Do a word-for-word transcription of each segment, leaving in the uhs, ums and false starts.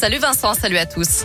Salut Vincent, salut à tous.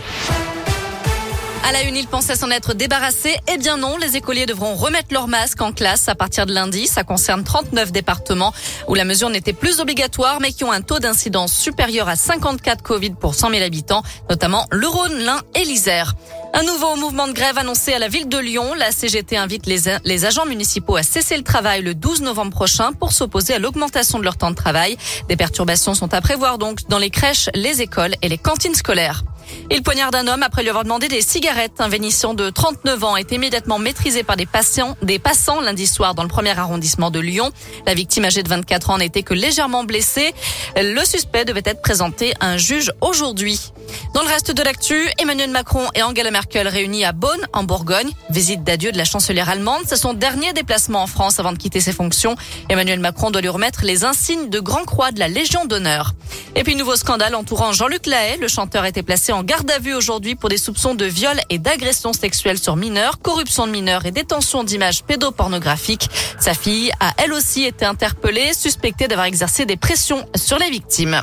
À la une, ils pensaient s'en être débarrassés. Eh bien non, les écoliers devront remettre leur masque en classe à partir de lundi. Ça concerne trente-neuf départements où la mesure n'était plus obligatoire, mais qui ont un taux d'incidence supérieur à cinquante-quatre Covid pour cent mille habitants, notamment le Rhône, l'Ain et l'Isère. Un nouveau mouvement de grève annoncé à la ville de Lyon. La C G T invite les, les agents municipaux à cesser le travail le douze novembre prochain pour s'opposer à l'augmentation de leur temps de travail. Des perturbations sont à prévoir donc dans les crèches, les écoles et les cantines scolaires. Il poignarde un homme après lui avoir demandé des cigarettes. Un Vénitien de trente-neuf ans est immédiatement maîtrisé par des patients, des passants lundi soir dans le premier arrondissement de Lyon. La victime âgée de vingt-quatre ans n'était que légèrement blessée. Le suspect devait être présenté à un juge aujourd'hui. Dans le reste de l'actu, Emmanuel Macron et Angela Merkel réunis à Bonn, en Bourgogne. Visite d'adieu de la chancelière allemande. C'est son dernier déplacement en France avant de quitter ses fonctions. Emmanuel Macron doit lui remettre les insignes de Grand Croix de la Légion d'honneur. Et puis, nouveau scandale entourant Jean-Luc Lahaye. Le chanteur a été placé en garde à vue aujourd'hui pour des soupçons de viol et d'agression sexuelle sur mineurs, corruption de mineurs et détention d'images pédopornographiques. Sa fille a elle aussi été interpellée, suspectée d'avoir exercé des pressions sur les victimes.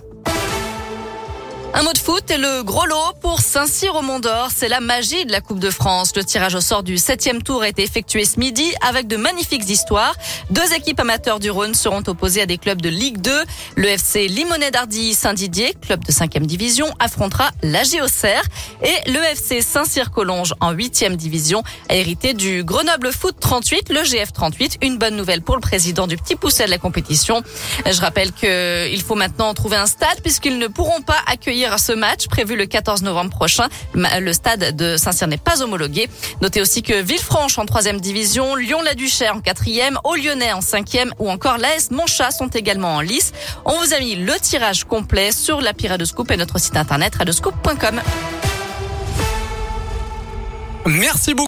Un mot de foot et le gros lot pour Saint-Cyr au Mont-d'Or. C'est la magie de la Coupe de France. Le tirage au sort du septième tour a été effectué ce midi avec de magnifiques histoires. Deux équipes amateurs du Rhône seront opposées à des clubs de Ligue deux. Le F C Limonest d'Ardy Saint-Didier, club de cinquième division, affrontera l'A G Auxerre. Et le F C Saint-Cyr-Collonges en huitième division a hérité du Grenoble Foot trente-huit, le G F trente-huit. Une bonne nouvelle pour le président du Petit Poucet de la compétition. Je rappelle qu'il faut maintenant trouver un stade puisqu'ils ne pourront pas accueillir à ce match prévu le quatorze novembre prochain. Le stade de Saint-Cyr n'est pas homologué. Notez aussi que Villefranche en troisième division, Lyon-la-Duchère en quatrième, Au-Lyonnais en cinquième ou encore l'A S Montchat sont également en lice. On vous a mis le tirage complet sur l'appli Radioscoop et notre site internet radioscoop point com. Merci beaucoup.